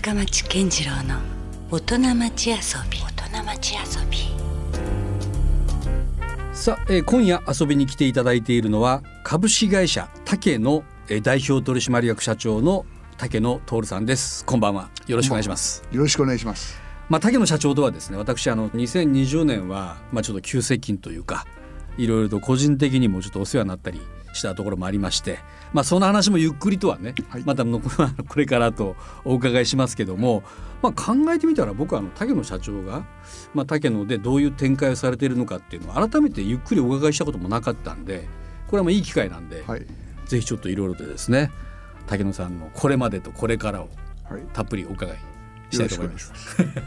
深町健次郎の大人町遊び。 さあ、今夜遊びに来ていただいているのは株式会社竹の代表取締役社長の竹野徹さんです。こんばんは、よろしくお願いします。 よろしくお願いします。 竹野社長とはですね、私2020年はちょっと急接近というか、いろいろと個人的にもちょっとお世話になったりしたところもありまして、その話もゆっくりとはね、 はい、 またこれからとお伺いしますけども、考えてみたら僕は竹野社長が、竹野でどういう展開をされているのかっていうのを改めてゆっくりお伺いしたこともなかったんで、これはいい機会なんで、 はい、 ぜひちょっといろいろとですね、竹野さんのこれまでとこれからをたっぷりお伺いしたいと思います。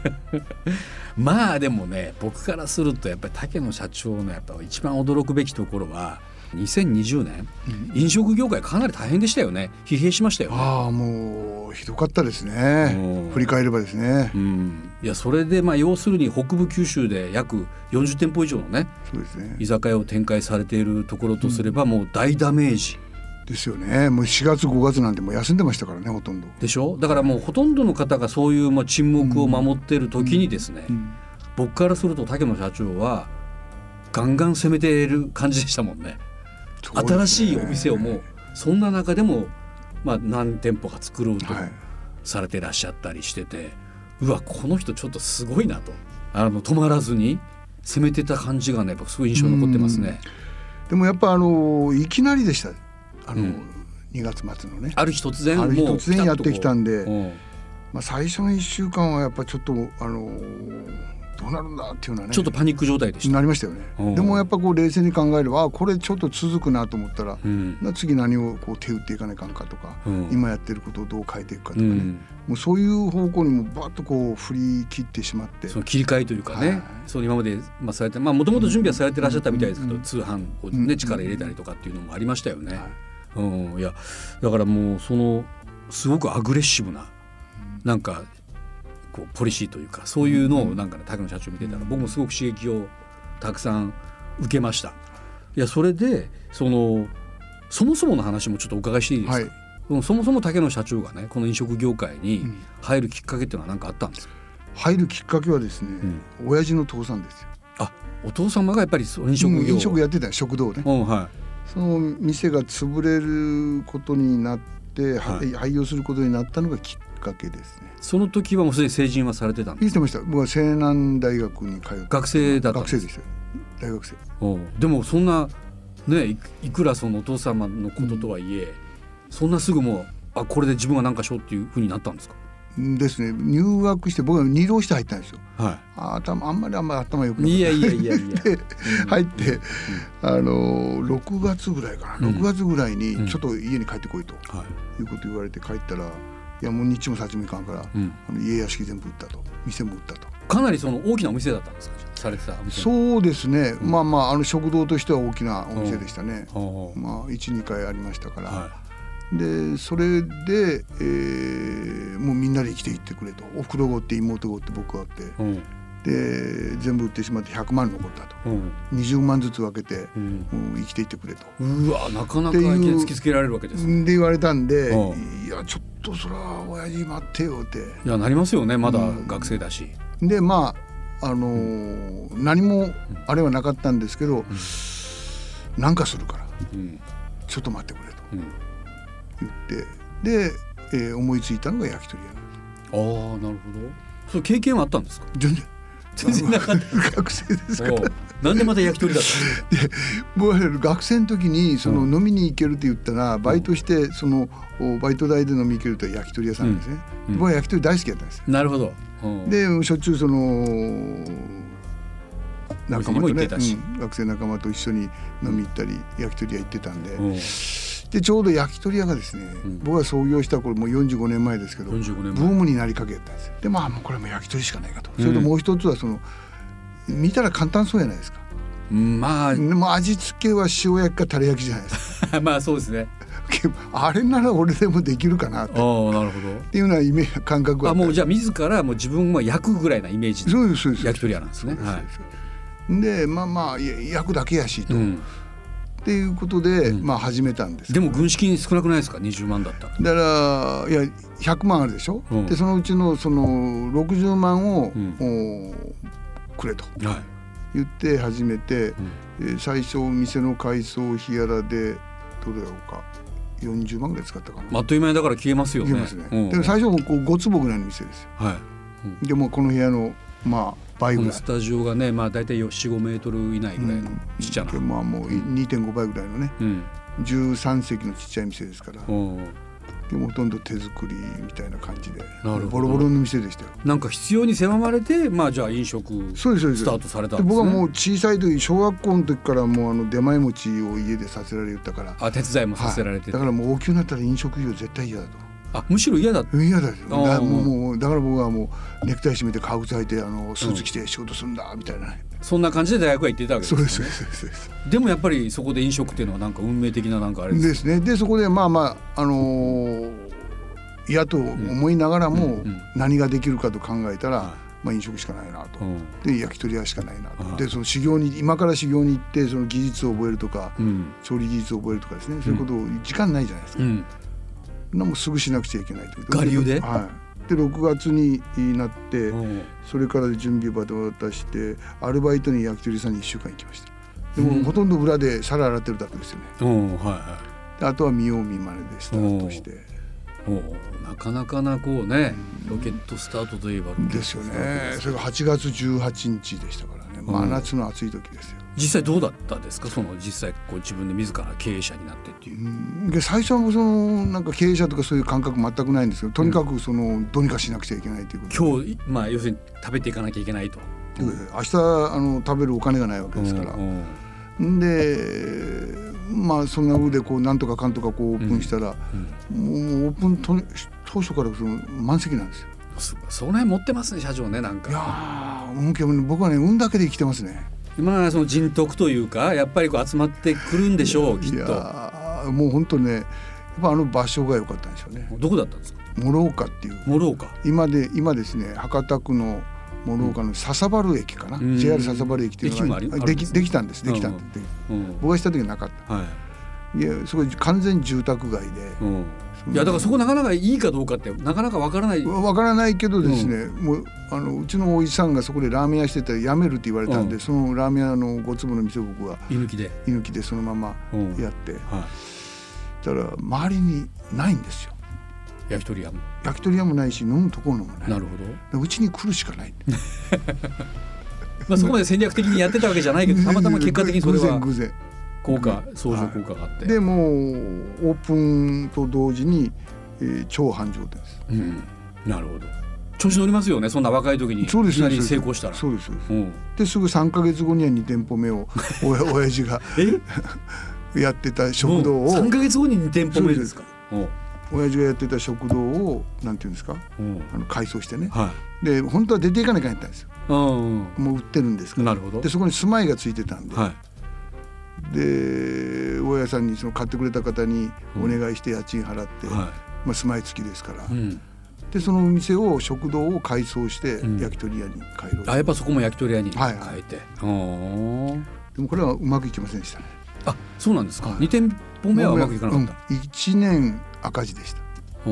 でもね、僕からするとやっぱり竹野社長のやっぱ一番驚くべきところは2020年、飲食業界かなり大変でしたよね。疲弊しましたよね。 もうひどかったですね。振り返ればですね、 いや、それで要するに北部九州で約40店舗以上のね、 そうですね、 居酒屋を展開されているところとすれば、もう大ダメージですよね。もう4月5月なんてもう休んでましたからね、ほとんどでしょ。だからもうほとんどの方がそういう沈黙を守っている時にですね、僕からすると竹野社長はガンガン攻めている感じでしたもんね。新しいお店をもうそんな中でも何店舗か作ろうとされていらっしゃったりしてて、うわ、この人ちょっとすごいなと、止まらずに攻めてた感じがね、僕すごい印象に残ってますね。 でもやっぱいきなりでした。2月末のね、 ある日突然やってきたんで、最初の1週間はやっぱちょっとどうなるんだっていうのはね、 ちょっとパニック状態でした。 なりましたよね。でもやっぱ冷静に考えれば、これちょっと続くなと思ったら、次何を手打っていかないかんかとか、今やってることをどう変えていくかとかね、もうそういう方向にもバッと振り切ってしまって、 その切り替えというかね、その今までされて、もともと準備はされてらっしゃったみたいですけど、通販をね、力入れたりとかっていうのもありましたよね。いや、だからもうすごくアグレッシブななんかポリシーというか、そういうのを竹野社長見てたら、僕もすごく刺激をたくさん受けました。いや、それでそもそもの話もちょっとお伺いしていいですか。そもそも竹野社長がね、この飲食業界に入るきっかけっていうのは何かあったんですか。 入るきっかけはですね、親父の父さんですよ。 お父様がやっぱり飲食やってた食堂ね。その店が潰れることになって、廃業することになったのがきっかけですね。 その時はもうすでに成人はされてたんですか。 してました。僕は西南大学に通って学生だったんです。 学生でした。大学生。 でもそんなね、いくらそのお父様のこととはいえ、そんなすぐもうこれで自分は何かしようっていう風になったんですか。 ですね。入学して僕は2浪して入ったんですよ。あんまり頭良くなかった。で入って6月ぐらいかな、6月ぐらいにちょっと家に帰ってこいということ言われて帰ったら、いやもう日も先もいかんから、家屋敷全部売ったと、店も売ったと。 かなり大きなお店だったんですか、されてたお店。 そうですね、食堂としては大きなお店でしたね。1、2回ありましたから、でそれで、もうみんなで生きていってくれと。おふくろがおって妹がおって僕がおって、で全部売ってしまって100万残ったと、20万ずつ分けて、生きていってくれと。 うわ、なかなか突きつけられるわけですね。 で言われたんで、いやちょっとそれは親父待ってよって。 いや、なりますよね、まだ学生だし。 で何もあれはなかったんですけど、なんかするから、ちょっと待ってくれと言って、で、思いついたのが焼き鳥屋なんです。 なるほど。そういう経験はあったんですか。 全然なかった。学生ですから。 なんでまた焼き鳥だったんですか。 僕は学生の時に飲みに行けるって言ったら、バイトしてバイト代で飲みに行けるって焼き鳥屋さんですね。僕は焼き鳥大好きだったんですよ。 なるほど。 でしょっちゅう仲間とね、学生仲間と一緒に飲み行ったり、焼き鳥屋行ってたんで、でちょうど焼き鳥屋がですね、僕が創業した頃もう45年前ですけど、ブームになりかけたんですよ。でもうこれも焼き鳥しかないかと。それともう一つは見たら簡単そうじゃないですか。もう味付けは塩焼きかタレ焼きじゃないですか。 そうですね。 あれなら俺でもできるかなって。なるほど。っていうような感覚がもうじゃあ自らもう自分も焼くぐらいなイメージの焼き鳥屋なんですね。 で焼くだけやしと、 っていうことで、まあ始めたんです。 でも軍資金少なくないですか？20万だったら。 だからいや100万あるでしょ、でそのうちのその60万を、くれと言って始めて、最初店の改装費やらでどれだろうか40万ぐらい使ったかな。 あっという間にだから消えますよね。 消えますね。でも最初も5坪ぐらいの店ですよ。でもこの部屋のまあ倍ぐらい。 スタジオがね、まあだいたい4、5メートル以内ぐらいのちっちゃな。 まあもう 2.5 倍ぐらいのね、13席のちっちゃい店ですから。でもほとんど手作りみたいな感じでボロボロの店でしたよ。 なんか必要に狭まれて、まあじゃあ飲食スタートされたんですね。 僕はもう小さい時小学校の時からもう出前持ちを家でさせられたから。 手伝いもさせられて、 だからもう大きくなったら飲食業絶対嫌だと。 むしろ嫌だった。 嫌だよ。だから僕はもうネクタイ締めて革靴履いてスーツ着て仕事するんだみたいなね。 そんな感じで大学は行ってたわけですね。 そうです。 でもやっぱりそこで飲食っていうのはなんか運命的ななんかあれですね。でそこでまあ嫌と思いながらも何ができるかと考えたら、まあ飲食しかないなと。で焼き鳥屋しかないなと。でその今から修行に行ってその技術を覚えるとか、調理技術を覚えるとかですね、そういうことを時間ないじゃないですか。もうすぐしなくちゃいけないという。 我流で。 で6月になってそれから準備場で渡してアルバイトに焼き鳥屋さんに1週間行きました。でもほとんど裏で皿洗ってるだけですよね。であとは見よう見まねでスタートして。 なかなかなこうね、ロケットスタートといえばですよね。それが8月18日でしたからね。真夏の暑い時ですよ。 実際どうだったですか？その実際こう自分で自ら経営者になってっていう。 で最初はそのなんか経営者とかそういう感覚全くないんですけど、とにかくそのどうにかしなくちゃいけないということ。 今日まあ要するに食べていかなきゃいけないと。 明日食べるお金がないわけですから。でまあそんな風でこうなんとかかんとかこうオープンしたら、もうオープン当初からその満席なんですよ。 その辺持ってますね社長ね。なんかいや僕はね運だけで生きてますね。 今その人徳というかやっぱりこう集まってくるんでしょうきっと。いやもう本当ねやっぱ場所が良かったんでしょうね。 どこだったんですか？ 諸岡っていう。諸岡。今ですね博多区の諸岡の笹原駅かな、JR 笹原駅っていうのができたんです。僕がした時はなかった。いやすごい完全住宅街で。 いやだからそこなかなかいいかどうかってなかなかわからないけどですね、もううちのおじさんがそこでラーメン屋してたら辞めるって言われたんで、そのラーメン屋の5坪の店を僕は居抜きでそのままやって、だから周りにないんですよ。焼き鳥屋もないし飲むところもない。 なるほど。 うちに来るしかない。 まあそこまで戦略的にやってたわけじゃないけどたまたま結果的にそれは偶然相乗効果があって、 でもうオープンと同時に、超繁盛店です。 なるほど。調子乗りますよね。そんな若い時にいきなり成功したら。 そうです。ですぐ3ヶ月後には2店舗目を親父がやってた食堂を 3ヶ月後に2店舗目ですか？ 親父がやってた食堂をなんていうんですか、改装してね、で本当は出ていかなきゃいけないんですよ。もう売ってるんですから。 なるほど。 でそこに住まいがついてたんで、で大家さんにその買ってくれた方にお願いして家賃払って、住まい付きですから、でその店を食堂を改装して焼き鳥屋に変えろ。 やっぱそこも焼き鳥屋に変えて。でもこれはうまくいきませんでしたね。 そうなんですか。2店舗目はうまくいかなかった。 1年赤字でした。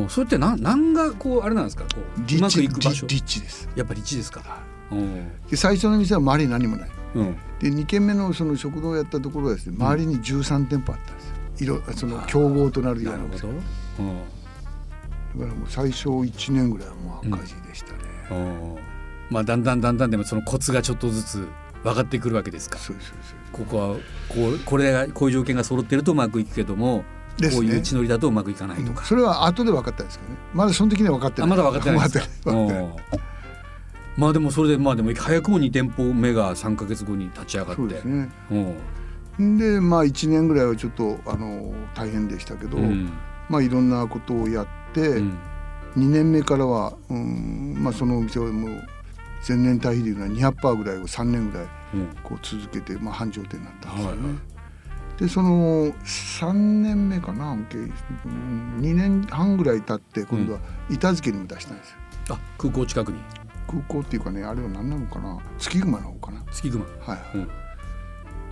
それって何がこうあれなんですか？こううまくいく場所。 立地です。 やっぱり立地ですか。 で最初の店は周りに何もない。で2軒目のその食堂をやったところはですね、周りに13店舗あったんですよ。その競合となるような。だからもう最初1年ぐらいはもう赤字でしたね。 まあだんだんでもそのコツがちょっとずつ分かってくるわけですか。 そう。 ここはこういう条件が揃ってるとうまくいくけども、こういう地のりだとうまくいかないとか。 それは後で分かったんですけどね。まだその時には分かってない。 まだ分かってないですか。まあでもそれで早くも2店舗目が3ヶ月後に立ち上がって。そうですね。 でまあ1年ぐらいはちょっと大変でしたけど、まあいろんなことをやって、2年目からはそのお店はもう前年対比でいうのは 200% ぐらいを3年ぐらいこう続けて、繁盛店になったんですよね。でその3年目かな、2年半ぐらい経って今度は板付けにも出したんですよ。 空港近くに。 空港っていうかね、あれは何なのかな、月熊の方かな。 月熊。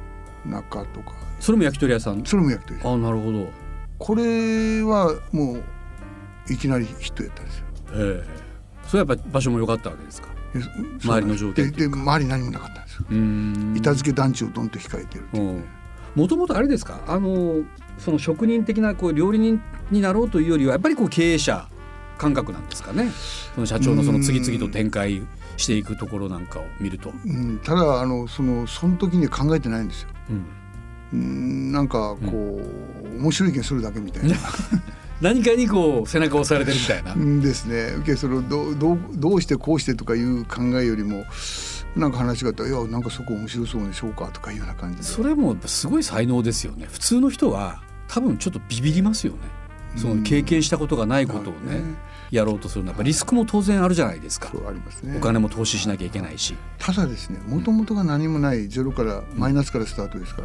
中とか。 それも焼き鳥屋さん？ それも焼き鳥屋さん。 あ、なるほど。 これはもういきなりヒットやったんですよ。 それはやっぱり場所も良かったわけですか？周りの条件で周り何もなかったんですよ。板付け団地をドンと控えてるっていうね。 もともとあれですか、その職人的なこう料理人になろうというよりはやっぱりこう経営者感覚なんですかね。その社長のその次々と展開していくところなんかを見ると、 ただその時には考えてないんですよ。なんかこう、面白い意見するだけみたいな何かにこう背中を押されてるみたいなですね。それをどうしてこうしてとかいう考えよりも、なんか話があったら、いやなんかそこ面白そうでしょうかとかいうような感じで。 それもすごい才能ですよね。普通の人は多分ちょっとビビりますよね。その経験したことがないことをね、やろうとするのはやっぱリスクも当然あるじゃないですか。 そうありますね。 お金も投資しなきゃいけないし。 ただですね、もともとが何もないゼロからマイナスからスタートですから、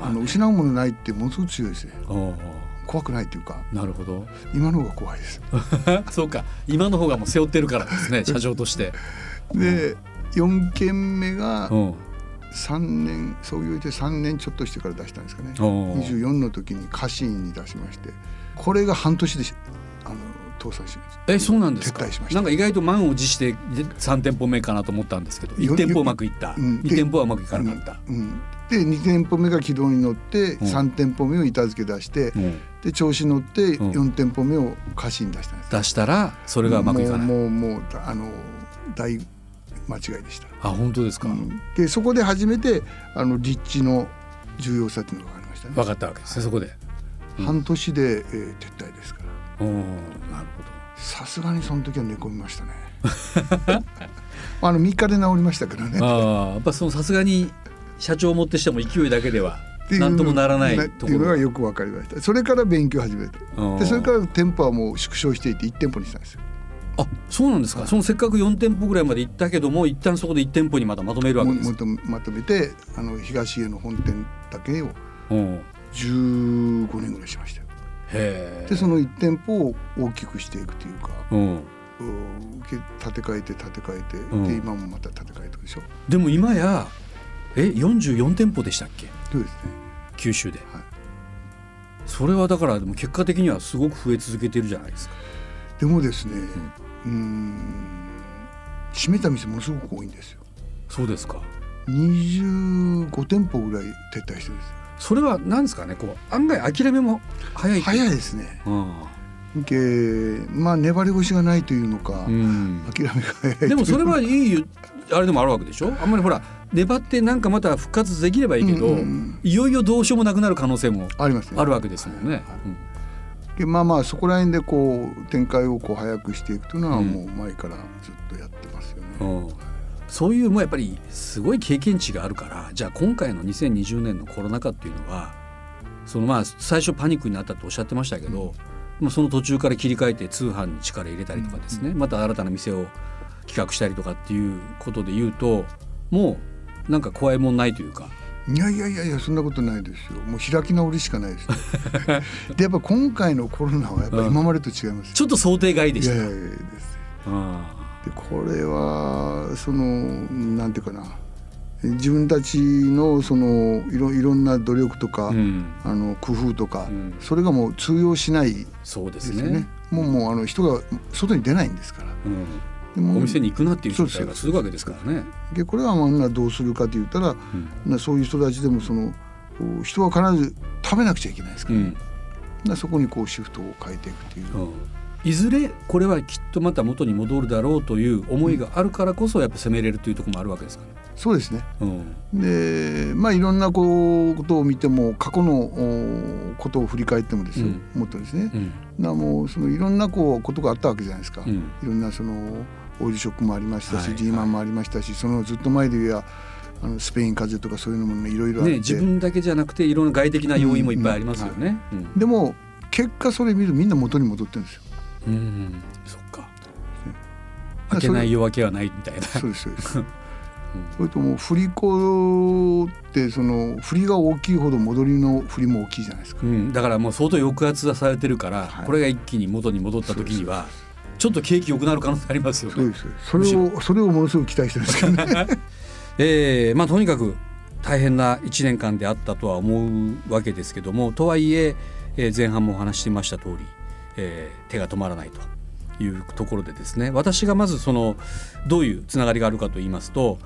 失うものないってものすごく強いですね。怖くないというか。 なるほど。 今の方が怖いですそうか、今の方がもう背負ってるからですね社長として。 で4軒目が3年創業して3年ちょっとしてから出したんですかね。24の時に家臣に出しまして、これが半年で倒産しました。 そうなんですか。 撤退しました。 なんか意外と満を持して3店舗目かなと思ったんですけど、1店舗うまくいった、2店舗はうまくいかなかった、 で2店舗目が軌道に乗って3店舗目を板付け出して、で調子乗って4店舗目を家臣に出したんです。 出したらそれがうまくいかない。 もう大間違いでした。 あ、本当ですか。 でそこで初めて立地の重要さというのが分かりましたね。 分かったわけですね。そこで半年で、撤退ですから。 なるほど。 さすがにその時は寝込みましたね3日で治りましたけどね。 やっぱそのさすがに社長をもってしても勢いだけでは何ともならないところっていうのがよく分かりました。それから勉強を始めて、でそれから店舗はもう縮小していて1店舗にしたんですよ。 あ、そうなんですか。そのせっかく4店舗ぐらいまで行ったけども、一旦そこで1店舗にまたまとめるわけですか。 まとめて東への本店だけを15年ぐらいしましたよ。でその1店舗を大きくしていくというか、建て替えてで今もまた建て替えてるでしょ。 でも今や44店舗でしたっけ。 そうですね、 九州で、それはだからでも結果的にはすごく増え続けてるじゃないですか。 でもですね、閉めた店ものすごく多いんですよ。 そうですか。 25店舗ぐらい撤退してるんですよ。 それは何ですかね。こう案外諦めも早いですね。粘り腰がないというのか、諦めが早い。 でもそれはいいあれでもあるわけでしょ。あんまりほら粘ってなんかまた復活できればいいけど、いよいよどうしようもなくなる可能性もあるわけですもんね。 そこら辺でこう展開をこう早くしていくというのはもう前からずっとやってますよね。 そういうもうやっぱりすごい経験値があるから、じゃあ今回の2020年のコロナ禍っていうのは最初パニックになったとおっしゃってましたけど、その途中から切り替えて通販に力入れたりとかですね、また新たな店を企画したりとかっていうことで言うと、もうなんか怖いもんないというか。 いやそんなことないですよ。もう開き直りしかないですでやっぱ今回のコロナはやっぱ今までと違います。 ちょっと想定外でした。 です。でこれはなんていうかな、自分たちのいろんな努力とか、工夫とか、それがもう通用しないですよね。 そうですね。 もう人が外に出ないんですから、 お店に行くなっていう状態が続くわけですからね。 でこれはどうするかと言ったら、そういう人たちでも人は必ず食べなくちゃいけないですから、そこにこうシフトを変えていくという、 いずれこれはきっとまた元に戻るだろうという思いがあるからこそやっぱ攻めれるというところもあるわけですかね。 そうですね。でいろんなことを見ても過去のことを振り返ってもですよ、もっとですね、もういろんなことがあったわけじゃないですか。いろんなオイルショックもありましたし、リーマンもありましたし、そのずっと前で言えばスペイン風邪とかそういうのもいろいろあって、 自分だけじゃなくていろんな外的な要因もいっぱいありますよね。 でも結果それ見るとみんな元に戻ってるんですよ。 そっか。開けない夜明けはないみたいな。 そうですそれとも振り子って振りが大きいほど戻りの振りも大きいじゃないですか。 だからもう相当抑圧されてるから、これが一気に元に戻った時にはちょっと景気良くなる可能性ありますよね。 それをものすごく期待してるんですけどねとにかく大変な1年間であったとは思うわけですけども、とはいえ前半もお話していました通り、手が止まらないというところでですね、私がまずどういうつながりがあるかと言いますと、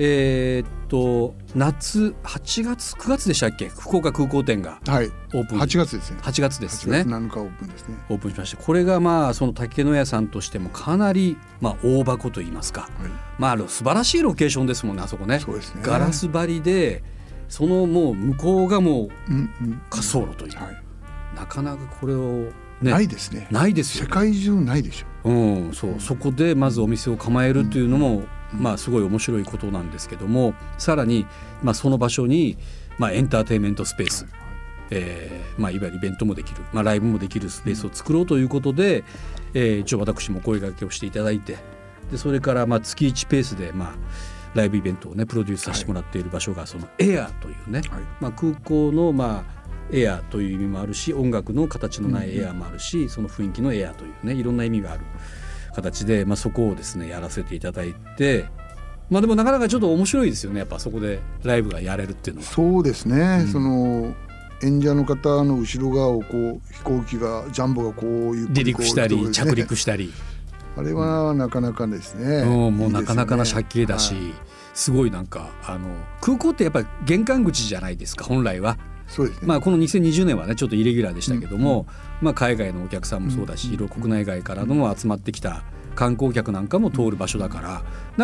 夏8月9月でしたっけ、福岡空港店がオープン、 8月ですね。 8月ですね。 8月7日オープンですね。 オープンしまして、これがその竹野屋さんとしてもかなり大箱といいますか、素晴らしいロケーションですもんね、あそこね。 そうですね。 ガラス張りで、もう向こうがもう滑走路という、なかなかこれを、 ないですね。 ないですよね。 世界中ないでしょ。 そこでまずお店を構えるというのも、すごい面白いことなんですけども、さらに、その場所に、エンターテインメントスペース、いわゆるイベントもできる、ライブもできるスペースを作ろうということで、一応私も声掛けをしていただいて、でそれから月1ペースで、ライブイベントをねプロデュースさせてもらっている場所がそのエアというね、空港のエアという意味もあるし、音楽の形のないエアもあるし、その雰囲気のエアというね、いろんな意味がある形で、そこをですねやらせていただいて、でもなかなかちょっと面白いですよね、やっぱそこでライブがやれるっていうのは。 そうですね、その演者の方の後ろ側を飛行機がジャンボがゆっくり離陸したり着陸したり、 あれはなかなかですね、 もうなかなかな借景だし、すごい空港ってやっぱり玄関口じゃないですか、本来は。 そうですね。 この2020年はねちょっとイレギュラーでしたけども、海外のお客さんもそうだし、国内外からのも集まってきた観光客なんかも通る場所だから、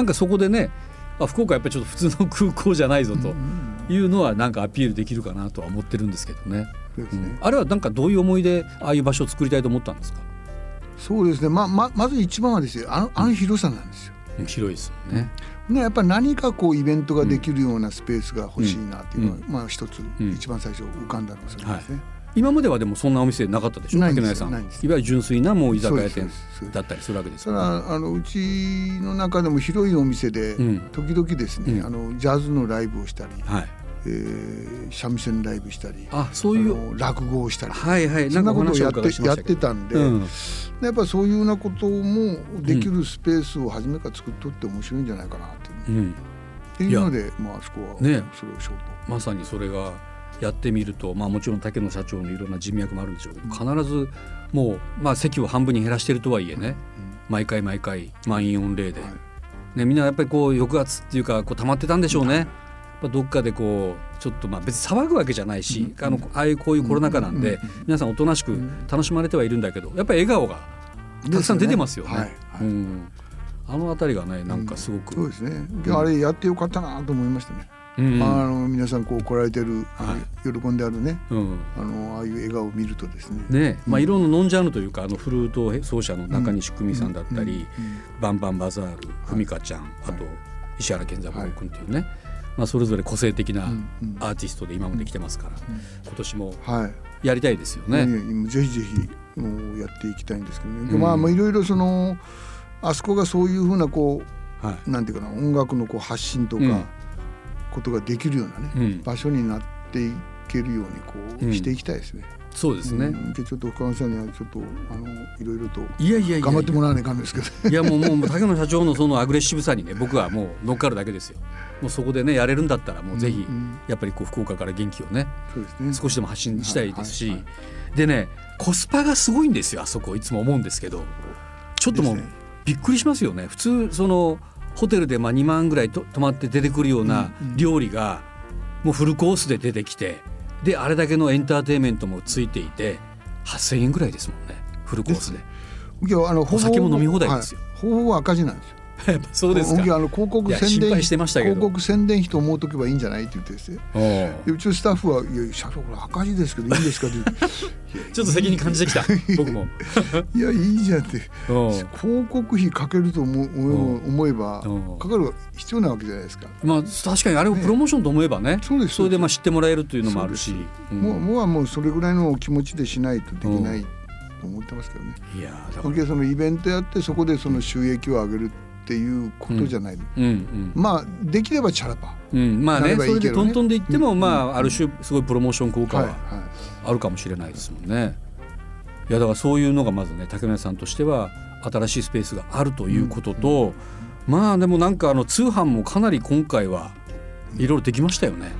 そこでね、福岡やっぱりちょっと普通の空港じゃないぞというのはアピールできるかなとは思ってるんですけどね。あれはどういう思いでああいう場所を作りたいと思ったんですか？ そうですね、まず一番はですよ、あの広さなんですよ。 広いですよね。 やっぱり何かイベントができるようなスペースが欲しいなっていうのは、一つ、一番最初浮かんだのがそれですね。 今まではでもそんなお店なかったでしょ、竹野屋さん。いわゆる純粋なもう居酒屋店だったりするわけですよね。 ただうちの中でも広いお店で、時々ですね、ジャズのライブをしたり、三味線ライブしたり、 そういう落語をしたり、 そんなことをやってたんで、やっぱそういうようなこともできるスペースを初めから作っとって面白いんじゃないかなっていうので、あそこはそれをショート、 まさにそれがやってみると、もちろん竹野社長のいろんな人脈もあるんでしょうけど、必ずもう、席を半分に減らしているとはいえね、毎回満員御礼で、みんなやっぱり抑圧っていうか溜まってたんでしょうね。どっかでちょっと別に騒ぐわけじゃないし、こういうコロナ禍なんで、皆さんおとなしく楽しまれてはいるんだけど、やっぱり笑顔がたくさん出てますよね。あのあたりがねすごく、 そうですね、あれやってよかったなと思いましたね。皆さん来られてる、喜んであるね、ああいう笑顔を見るとですね、 いろんなノンジャンルというか、フルート奏者の中西久美さんだったり、バンバンバザールふみかちゃん、あと石原健三郎君というね、それぞれ個性的なアーティストで今まで来てますから、今年もやりたいですよね。 ぜひぜひやっていきたいんですけどね。いろいろあそこがそういうふうななんていうかな、音楽の発信とかことができるようなね、場所になっていけるようにしていきたいですね。 そうですね。 ちょっと深野さんにはちょっといろいろと頑張ってもらわないかんですけど、 いやもう竹野社長のそのアグレッシブさにね、僕はもう乗っかるだけですよ。もうそこでねやれるんだったら、もうぜひやっぱり福岡から元気をね、少しでも発信したいですし、でね、コスパがすごいんですよ、あそこ。いつも思うんですけど、ちょっともうびっくりしますよね。普通ホテルで2万ぐらい泊まって出てくるような料理がもうフルコースで出てきて、であれだけのエンターテインメントもついていて8,000円ぐらいですもんね、フルコースで。お酒も飲み放題ですよ。 ほぼほぼ赤字なんですよ。 そうですか。 広告宣伝費と思うとけばいいんじゃないって言ってですね、うちのスタッフは「いや社長これ赤字ですけどいいんですか?」ってちょっと責任感じてきた僕もいやいいじゃんって、広告費かけると思えばかかる必要なわけじゃないですか。 確かにあれをプロモーションと思えばね、それで知ってもらえるというのもあるし、 もうそれぐらいの気持ちでしないとできないと思ってますけどね。 いやそのイベントやってそこでその収益を上げるっていうことじゃない、できればチャラパ、 それでトントンでいっても、ある種すごいプロモーション効果はあるかもしれないですもんね。いやだからそういうのがまずね、竹野屋さんとしては新しいスペースがあるということと、でも通販もかなり今回はいろいろできましたよね。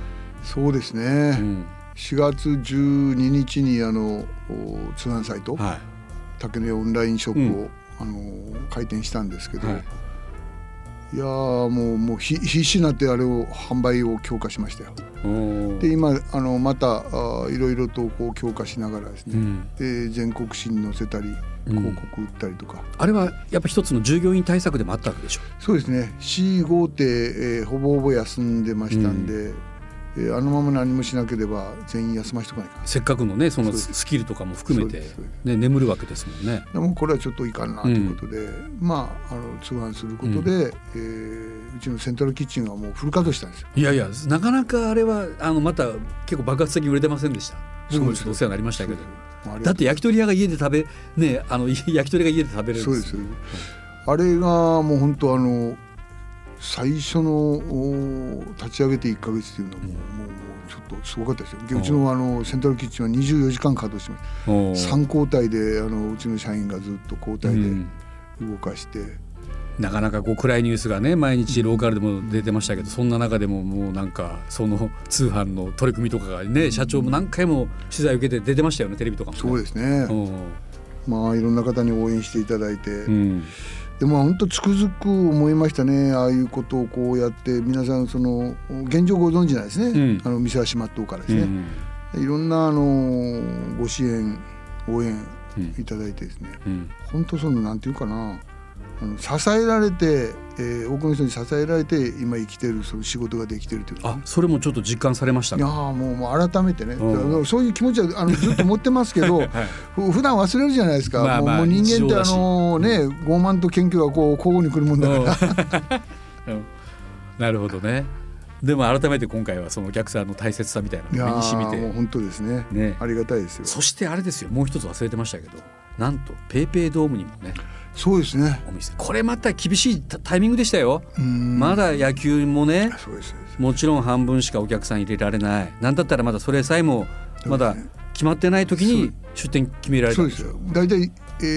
そうですね、4月12日に通販サイト、竹のオンラインショップを、開店したんですけど、いやもう必死になってあれを販売を強化しましたよ。で今またいろいろとこう強化しながらですね、で全国紙に載せたり広告売ったりとか、 あれはやっぱ一つの従業員対策でもあったわけでしょ。 そうですね。C5ってほぼほぼ休んでましたんで、あのまま何もしなければ全員休ませとかないかな。 せっかくのねそのスキルとかも含めて、ね、眠るわけですもんね。 でもこれはちょっといかんなということで、通販することで、うちのセントラルキッチンがもうフル稼働したんですよ。 いやいや、なかなかあれはまた結構爆発的に売れてませんでした。僕もちょっとお世話になりましたけど、だって焼き鳥屋が家で焼き鳥が家で食べれるんですよ。 そうです。あれがもう本当最初の立ち上げて1ヶ月っていうのはもうちょっとすごかったですよ。うちのセントラルキッチンは24時間稼働してます。3交代でうちの社員がずっと交代で動かして、 なかなか暗いニュースがね毎日ローカルでも出てましたけど、そんな中でももうなんかその通販の取り組みとかがね、社長も何回も取材を受けて出てましたよね、テレビとかもね。 そうですね。いろんな方に応援していただいて、でも本当つくづく思いましたね。ああいうことをこうやって皆さん現状ご存知ないですね、店は閉まっておからですね、いろんなご支援応援いただいてですね、本当なんていうかな、支えられて、多くの人に支えられて今生きてるその仕事ができてるというか、 それもちょっと実感されましたか。 いやもう改めてね、そういう気持ちはずっと持ってますけど、普段忘れるじゃないですか。もう人間って傲慢と謙虚がこう交互に来るもんだからなるほどね。でも改めて今回はそのお客さんの大切さみたいなのを身に染みて、 もう本当ですね、ありがたいですよ。 そしてあれですよ、もう一つ忘れてましたけど、なんとペイペイドームにもね、 そうですね、 お店、これまた厳しいタイミングでしたよ。まだ野球もね、もちろん半分しかお客さん入れられない、なんだったらまだそれさえもまだ決まってない時に出店決められたんですよ。 そうですよ。だいたい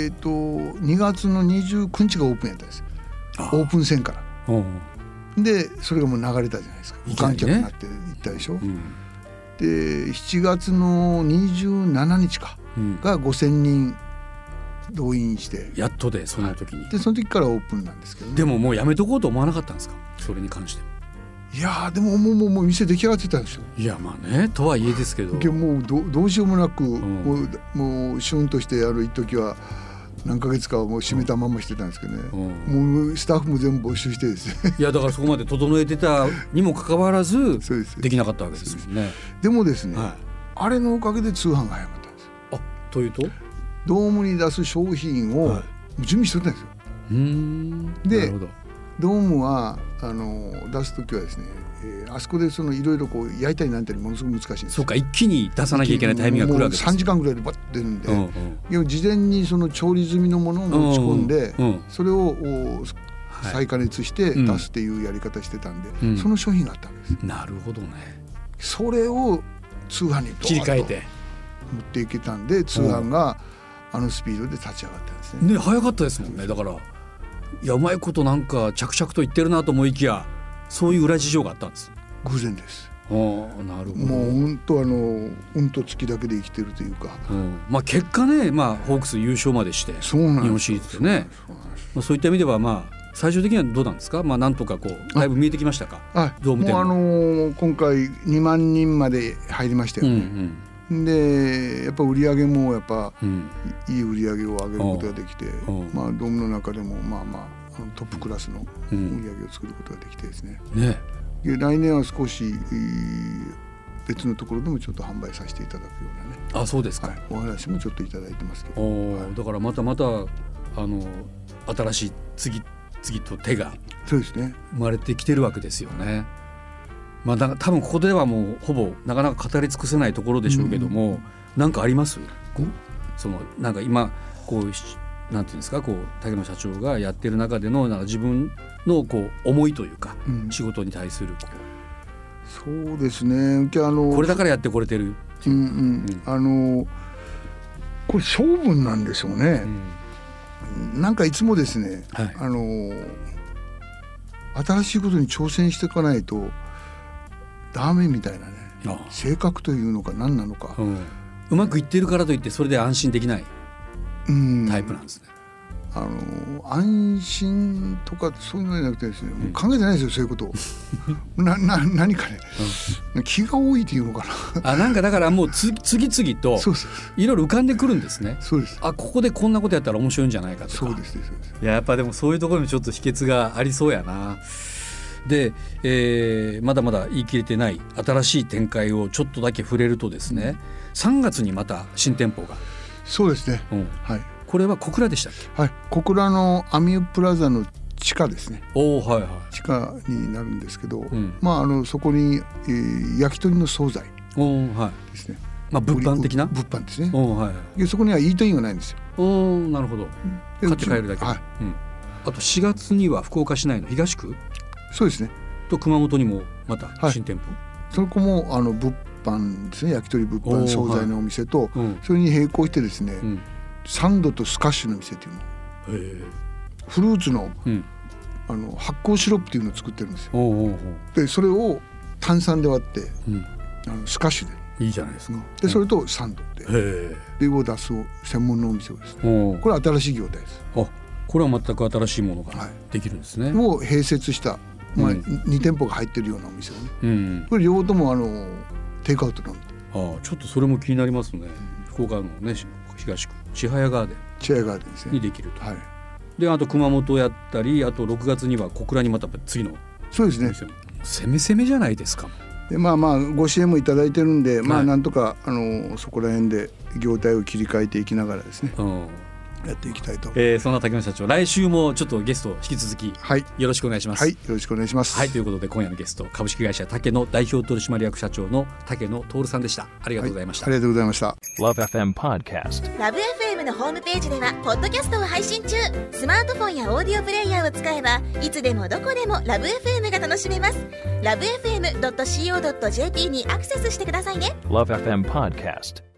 2月の29日がオープンやったんですよ。オープン戦から。でそれがもう流れたじゃないですか。無観客になっていったでしょ。で7月の27日かが5000人動員してやっとで、その時に、 でその時からオープンなんですけどね。 でももうやめとこうと思わなかったんですか、それに関しては。 いやでももう店出来上がってたんですよ。 いやね、とはいえですけど、 もうどうしようもなく、もうシュンとして一時は何ヶ月かはもう閉めたまましてたんですけどね、もうスタッフも全部募集してですねいやだからそこまで整えてたにもかかわらずできなかったわけですもんね。 でもですね、あれのおかげで通販が早かったんですよ。 というと、 ドームに出す商品を準備してたんですよ。でなるほど。 ドームは出すときはですね、あそこでいろいろ焼いたりなんたりものすごく難しいんですよ。 そうか、一気に出さなきゃいけないタイミングが来るわけです。 3時間ぐらいでバッと出るんで、事前に調理済みのものを持ち込んで、それを再加熱して出すっていうやり方してたんで、その商品があったんです。 なるほどね。 それを通販に切り替えて持っていけたんで、通販がスピードで立ち上がったんですね。 早かったですもんね。だからいや、うまいことなんか着々と言ってるなと思いきや、そういう裏事情があったんです。 偶然です。 なるほど。 もう本当運と月だけで生きてるというか、 結果ね、ホークス優勝までして日本シリーズでね、そういった意味では最終的にはどうなんですか。なんとかだいぶ見えてきましたか。ドーム店も今回2万人まで入りましたよね。でやっぱ売り上げもいい売り上げを上げることができて、ドームの中でもトップクラスの売り上げを作ることができてですね。来年は少し別のところでもちょっと販売させていただくようなね。 そうですか。 お話もちょっといただいてますけど、 だからまた新しい次と手がそうですね、 生まれてきてるわけですよね。多分ここではもうほぼなかなか語り尽くせないところでしょうけども、なんかあります？なんか今なんていうんですか、竹野社長がやってる中での自分の思いというか、仕事に対するそうですね。 これだからやってこれてるっていう、 これ性分なんでしょうね。なんかいつもですね、新しいことに挑戦していかないとダメみたいなね、 性格というのか何なのか、 うまくいっているからといってそれで安心できないタイプなんですね。 安心とかそういうのじゃなくてですね、もう考えてないですよそういうことを何かね、気が多いっていうのかななんかだからもう次々といろいろ浮かんでくるんですね。 そうです。 ここでこんなことやったら面白いんじゃないかとか。 そうですね。 いや、やっぱでもそういうところにちょっと秘訣がありそうやな。で、まだまだ言い切れてない新しい展開をちょっとだけ触れるとですね、3月にまた新店舗が。 そうですね、はい。 これは小倉でしたっけ？ はい、小倉のアミュプラザの地下ですね。 はいはい。 地下になるんですけど、そこに、焼き鳥の惣菜ですね。 物販的な物販ですね。でそこにはイートインがないんですよ。 なるほど。買って帰るだけ。あと4月には福岡市内の東区、 そうですね、 と熊本にもまた新店舗、 そこも物販ですね。焼き鳥物販惣菜のお店と、それに並行してですね、サンドとスカッシュの店っていうの、フルーツの、発酵シロップっていうのを作ってるんですよ。でそれを炭酸で割って、スカッシュでいいじゃないですか。 でそれとサンドでを出す専門のお店をですね、これは新しい業態です。 これは全く新しいものができるんですね。 を併設した、2店舗が入ってるようなお店をね、これ両方ともテイクアウトなんで。 ちょっとそれも気になりますね。福岡のね、東区千早ガーデンですねにできると。であと熊本やったり、あと6月には小倉にまた次の。 そうですね。 攻めじゃないですか。 でご支援もいただいてるんで、なんとかそこら辺で業態を切り替えていきながらですね、やっていきたいと。 そんな竹野社長、来週もちょっとゲスト引き続きよろしくお願いします。 よろしくお願いします。 ということで今夜のゲスト、株式会社竹野代表取締役社長の竹野徹さんでした。ありがとうございました。 ありがとうございました。 LoveFM Podcast。LoveFM のホームページではポッドキャストを配信中。スマートフォンやオーディオプレイヤーを使えばいつでもどこでも LoveFM が楽しめます。 LoveFM.co.jp にアクセスしてくださいね。 LoveFM Podcast。